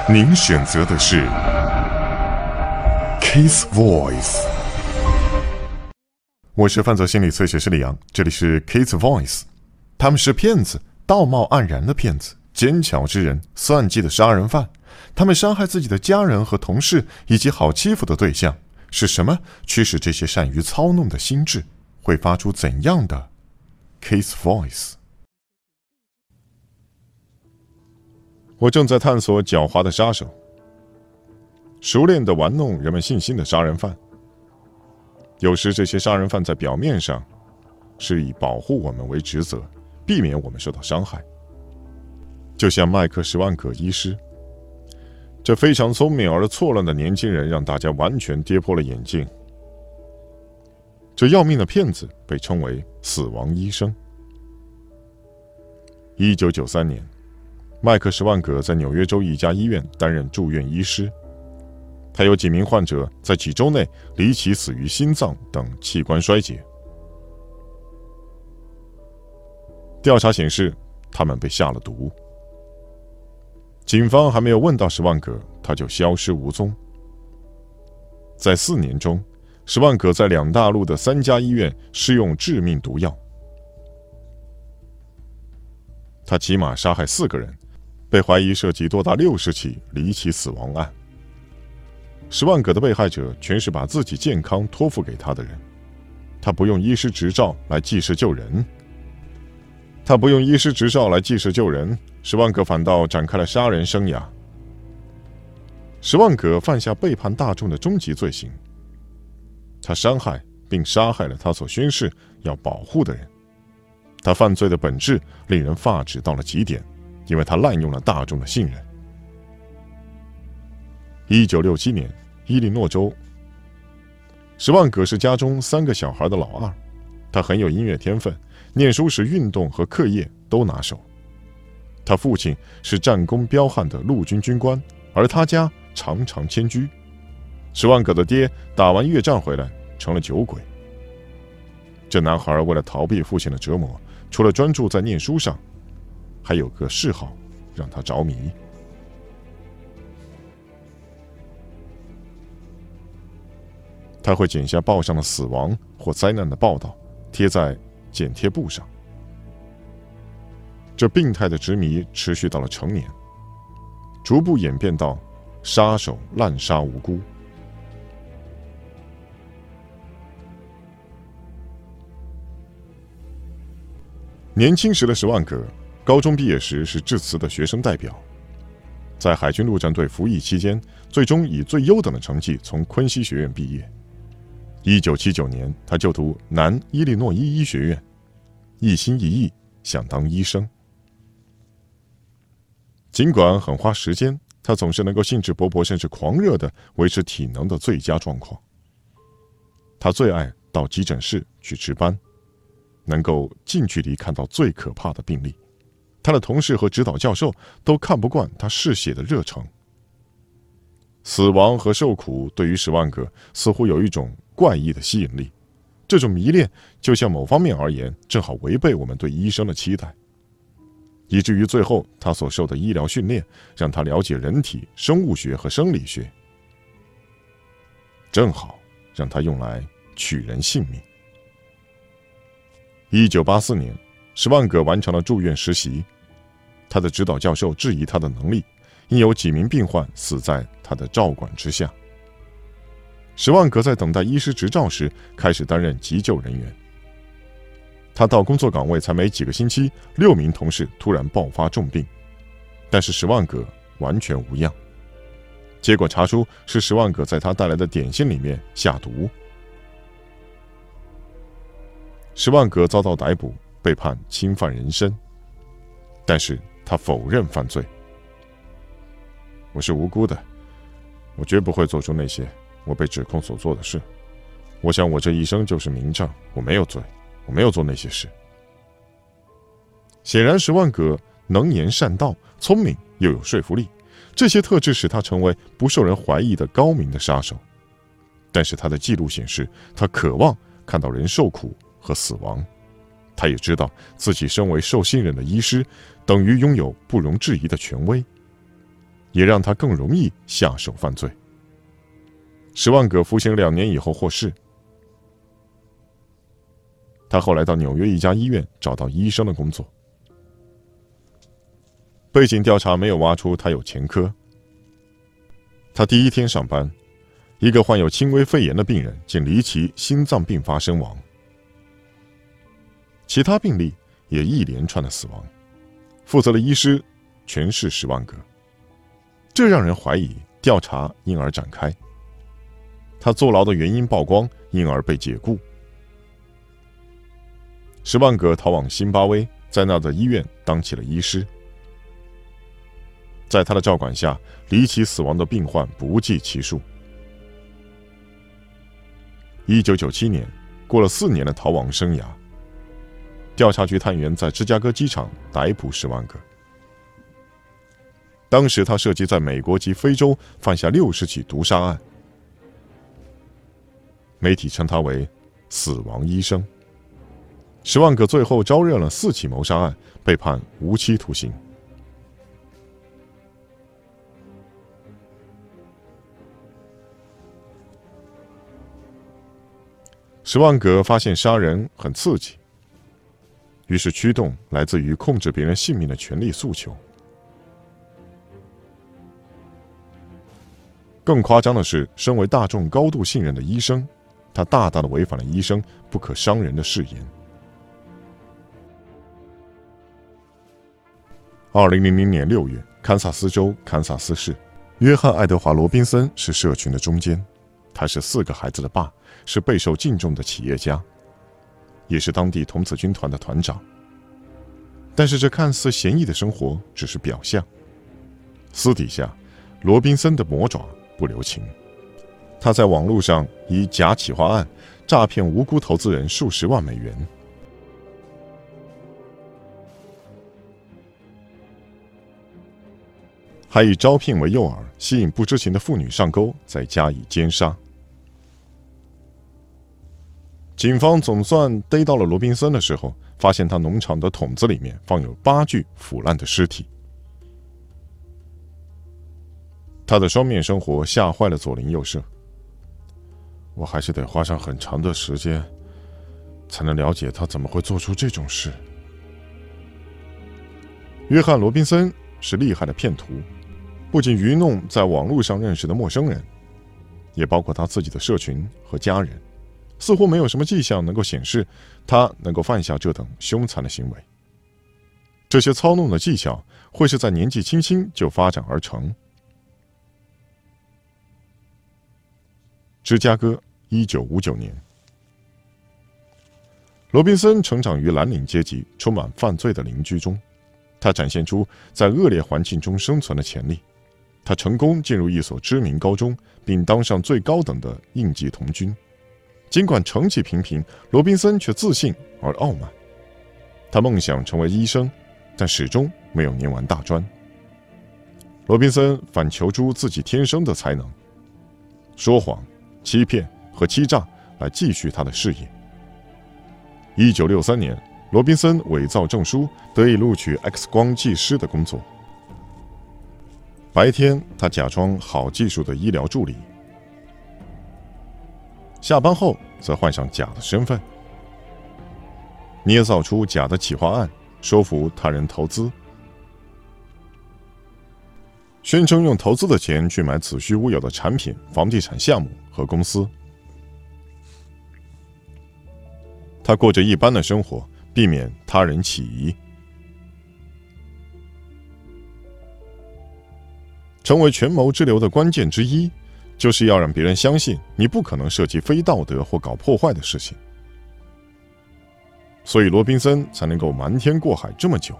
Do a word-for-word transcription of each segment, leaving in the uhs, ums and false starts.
您选择的是 Kiss Voice。 我是犯罪心理测写师李阳，这里是 Kiss Voice。 他们是骗子，道貌岸然的骗子，奸巧之人，算计的杀人犯。他们伤害自己的家人和同事，以及好欺负的对象。是什么驱使这些善于操弄的心智，会发出怎样的 Kiss Voice？ 我正在探索狡猾的杀手，熟练地玩弄人们信心的杀人犯。有时这些杀人犯在表面上是以保护我们为职责，避免我们受到伤害。就像麦克史万葛医师，这非常聪明而错乱的年轻人让大家完全跌破了眼镜。这要命的骗子被称为死亡医生。一九九三年，麦克史万葛在纽约州一家医院担任住院医师。他有几名患者在几周内离奇死于心脏等器官衰竭。调查显示，他们被下了毒。警方还没有问到史万葛，他就消失无踪。在四年中，史万葛在两大陆的三家医院施用致命毒药。他起码杀害四个人，被怀疑涉及多达六十起离奇死亡案。史万葛的被害者全是把自己健康托付给他的人，他不用医师执照来济世救人。他不用医师执照来济世救人，史万葛反倒展开了杀人生涯。史万葛犯下背叛大众的终极罪行，他伤害并杀害了他所宣誓要保护的人。他犯罪的本质令人发指到了极点，因为他滥用了大众的信任。一九六七年，伊利诺州，史万葛是家中三个小孩的老二，他很有音乐天分，念书时运动和课业都拿手。他父亲是战功彪悍的陆军军官，而他家常常迁居。史万葛的爹打完越战回来成了酒鬼。这男孩为了逃避父亲的折磨，除了专注在念书上，还有个嗜好让他着迷。他会剪下报上的死亡或灾难的报道，贴在剪贴簿上。这病态的执迷持续到了成年，逐步演变到杀手滥杀无辜。年轻时的史万葛，高中毕业时是致辞的学生代表，在海军陆战队服役期间，最终以最优等的成绩从昆西学院毕业。一九七九年，他就读南伊利诺伊医学院，一心一意想当医生。尽管很花时间，他总是能够兴致勃勃甚至狂热地维持体能的最佳状况。他最爱到急诊室去值班，能够近距离看到最可怕的病例。他的同事和指导教授都看不惯他嗜血的热诚。死亡和受苦对于史万葛似乎有一种怪异的吸引力，这种迷恋就像某方面而言正好违背我们对医生的期待，以至于最后他所受的医疗训练让他了解人体生物学和生理学，正好让他用来取人性命。一九八四年，史万葛完成了住院实习，他的指导教授质疑他的能力，因有几名病患死在他的照管之下。史万葛在等待医师执照时开始担任急救人员。他到工作岗位才没几个星期，六名同事突然爆发重病，但是史万葛完全无恙。结果查出是史万葛在他带来的点心里面下毒。史万葛遭到逮捕，被判侵犯人身，但是他否认犯罪。我是无辜的，我绝不会做出那些我被指控所做的事。我想我这一生就是明证，我没有罪，我没有做那些事。显然史万葛能言善道，聪明又有说服力，这些特质使他成为不受人怀疑的高明的杀手。但是他的记录显示，他渴望看到人受苦和死亡。他也知道自己身为受信任的医师，等于拥有不容置疑的权威。 也让他更容易下手犯罪。史万格服刑两年以后获释，他后来到纽约一家医院找到医生的工作。背景调查没有挖出他有前科。他第一天上班，一个患有轻微肺炎的病人竟离奇心脏病发身亡，其他病例也一连串的死亡，负责的医师全是史万格，这让人怀疑调查因而展开。他坐牢的原因曝光，因而被解雇。史万格逃往辛巴威，在那的医院当起了医师。在他的照管下，离奇死亡的病患不计其数。一九九七年，过了四年的逃亡生涯，调查局探员在芝加哥机场逮捕史万格。当时他涉及在美国及非洲犯下六十起毒杀案，媒体称他为“死亡医生”。史万格最后招认了四起谋杀案，被判无期徒刑。史万格发现杀人很刺激，于是驱动来自于控制别人性命的权利诉求。更夸张的是，身为大众高度信任的医生，他大大的违反了医生不可伤人的誓言。二零零零年六月，堪萨斯州堪萨斯市，约翰·爱德华·罗宾森是社群的中坚，他是四个孩子的爸，是备受敬重的企业家，也是当地童子军团的团长。但是这看似闲逸的生活只是表象，私底下，罗宾森的魔爪不留情。他在网络上以假企划案诈骗无辜投资人数十万美元，还以招聘为诱饵，吸引不知情的妇女上钩，再加以奸杀。警方总算逮到了罗宾森的时候，发现他农场的桶子里面放有八具腐烂的尸体。他的双面生活吓坏了左邻右舍。我还是得花上很长的时间，才能了解他怎么会做出这种事。约翰·罗宾森是厉害的骗徒，不仅愚弄在网络上认识的陌生人，也包括他自己的社群和家人。似乎没有什么迹象能够显示他能够犯下这等凶残的行为。这些操弄的技巧会是在年纪轻轻就发展而成。芝加哥，一九五九年，罗宾森成长于蓝领阶级充满犯罪的邻居中，他展现出在恶劣环境中生存的潜力。他成功进入一所知名高中，并当上最高等的应届童军。尽管成绩平平，罗宾森却自信而傲慢。他梦想成为医生，但始终没有念完大专。罗宾森反求诸自己天生的才能，说谎、欺骗和欺诈来继续他的事业。一九六三年，罗宾森伪造证书，得以录取 X 光技师的工作。白天，他假装好技术的医疗助理，下班后则换上假的身份，捏造出假的企划案，说服他人投资，宣称用投资的钱去买子虚乌有的产品、房地产项目和公司。他过着一般的生活，避免他人起疑。成为权谋之流的关键之一，就是要让别人相信你不可能涉及非道德或搞破坏的事情。所以罗宾森才能够瞒天过海这么久。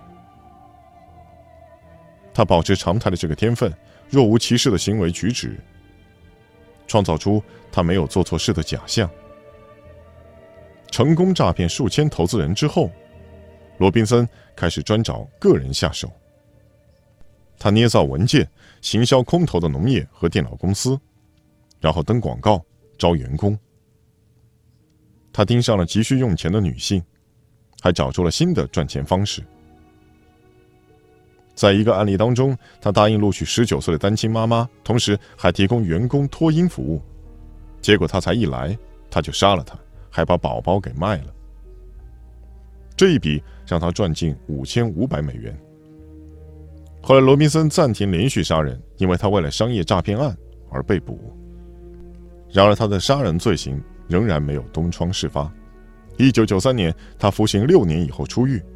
他保持常态的这个天分，若无其事的行为举止，创造出他没有做错事的假象。成功诈骗数千投资人之后，罗宾森开始专找个人下手。他捏造文件，行销空头的农业和电脑公司，然后登广告招员工。他盯上了急需用钱的女性，还找出了新的赚钱方式。 在一个案例当中，他答应录取十九岁的单亲妈妈，同时还提供员工托婴服务。结果他才一来，他就杀了她，还把宝宝给卖了。这一笔让他赚进五千五百美元。后来罗宾森暂停连续杀人，因为他为了商业诈骗案而被捕。然而他的杀人罪行仍然没有东窗事发。一九九三年，他服刑六年以后出狱，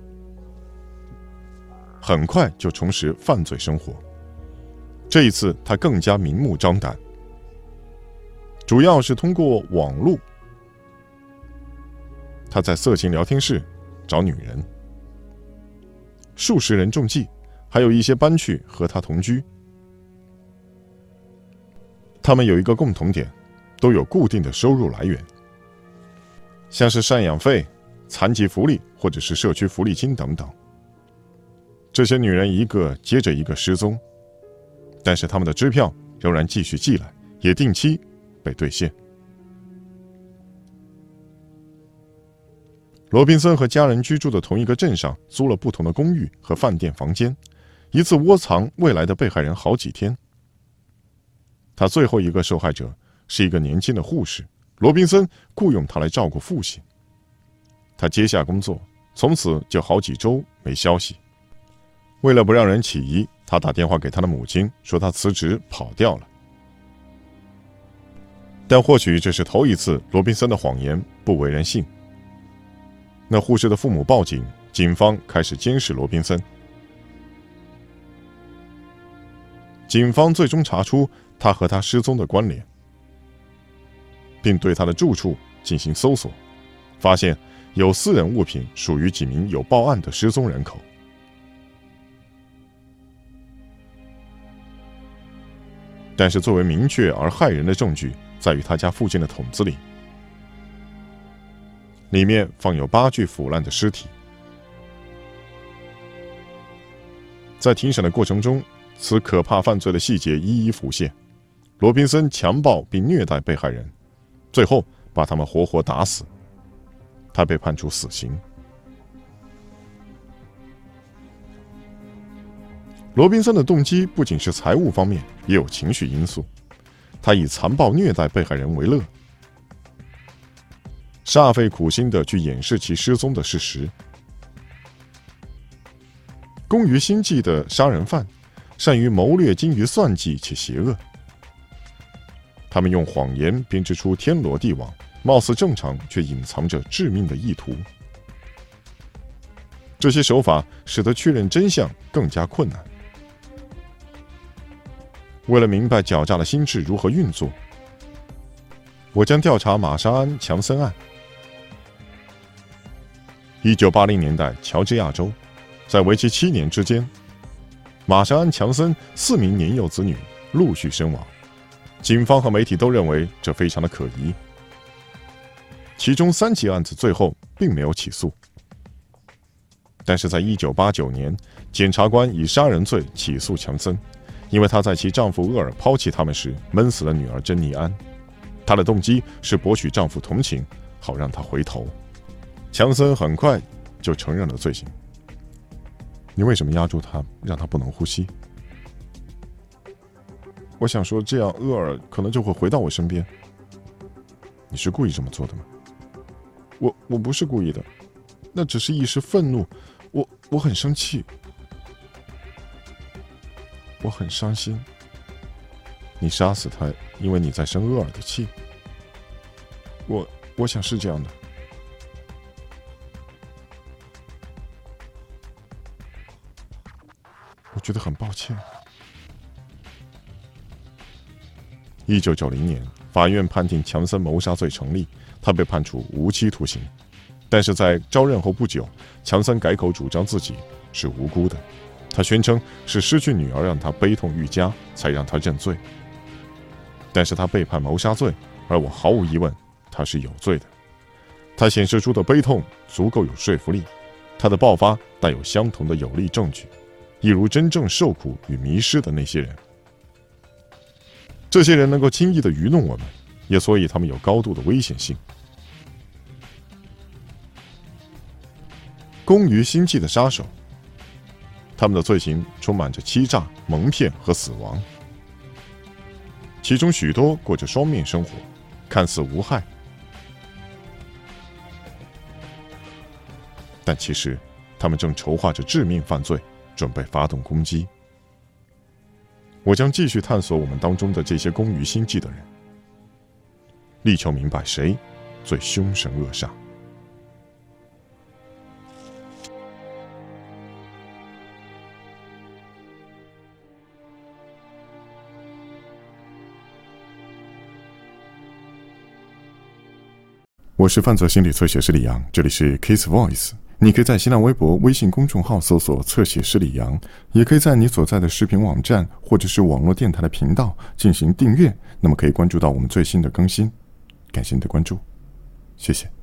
很快就重拾犯罪生活。这一次他更加明目张胆，主要是通过网络。他在色情聊天室找女人，数十人中计，还有一些搬去和他同居。他们有一个共同点，都有固定的收入来源，像是赡养费、残疾福利或者是社区福利金等等。这些女人一个接着一个失踪，但是他们的支票仍然继续寄来，也定期被兑现。罗宾森和家人居住的同一个镇上，租了不同的公寓和饭店房间，一次窝藏未来的被害人好几天。他最后一个受害者是一个年轻的护士，罗宾森雇佣他来照顾父亲。他接下工作，从此就好几周没消息。为了不让人起疑，他打电话给他的母亲，说他辞职跑掉了。但或许这是头一次罗宾森的谎言不为人信。那护士的父母报警，警方开始监视罗宾森。警方最终查出他和他失踪的关联，并对他的住处进行搜索，发现有私人物品属于几名有报案的失踪人口。但是最为明确而骇人的证据在于他家附近的桶子里，里面放有八具腐烂的尸体。在庭审的过程中，此可怕犯罪的细节一一浮现。罗宾森强暴并虐待被害人，最后把他们活活打死。他被判处死刑。罗宾森的动机不仅是财务方面，也有情绪因素。他以残暴虐待被害人为乐，煞费苦心地去掩饰其失踪的事实。工于心计的杀人犯，善于谋略，精于算计且邪恶。他们用谎言编织出天罗地网，貌似正常，却隐藏着致命的意图。这些手法使得确认真相更加困难。为了明白狡诈的心智如何运作，我将调查玛莎安·强森案。一九八零年代，乔治亚州，在为期七年之间，玛莎安·强森四名年幼子女陆续身亡。警方和媒体都认为这非常的可疑。其中三起案子最后并没有起诉，但是在一九八九年，检察官以杀人罪起诉强森，因为她在其丈夫厄尔抛弃他们时闷死了女儿珍妮安。她的动机是博取丈夫同情，好让他回头。强森很快就承认了罪行。你为什么压住他，让他不能呼吸？我想说，这样厄尔可能就会回到我身边。你是故意这么做的吗？我我不是故意的，那只是一时愤怒，我我很生气，我很伤心。你杀死他，因为你在生厄尔的气。我我想是这样的。我觉得很抱歉。一九九零年，法院判定强森谋杀罪成立，他被判处无期徒刑。但是在招认后不久，强森改口主张自己是无辜的，他宣称是失去女儿让他悲痛愈加，才让他认罪。但是他被判谋杀罪，而我毫无疑问，他是有罪的。他显示出的悲痛足够有说服力，他的爆发带有相同的有力证据，一如真正受苦与迷失的那些人。这些人能够轻易地愚弄我们，也所以他们有高度的危险性。工于心计的杀手， 他们的罪行充满着欺诈、蒙骗和死亡，其中许多过着双面生活，看似无害，但其实他们正筹划着致命犯罪，准备发动攻击。我将继续探索我们当中的这些工于心计的人，力求明白谁最凶神恶煞。我是犯罪心理侧写师李阳，这里是 Case Voice。你可以在新浪微博、微信公众号搜索侧写师李阳，也可以在你所在的视频网站或者是网络电台的频道进行订阅，那么可以关注到我们最新的更新。感谢你的关注，谢谢。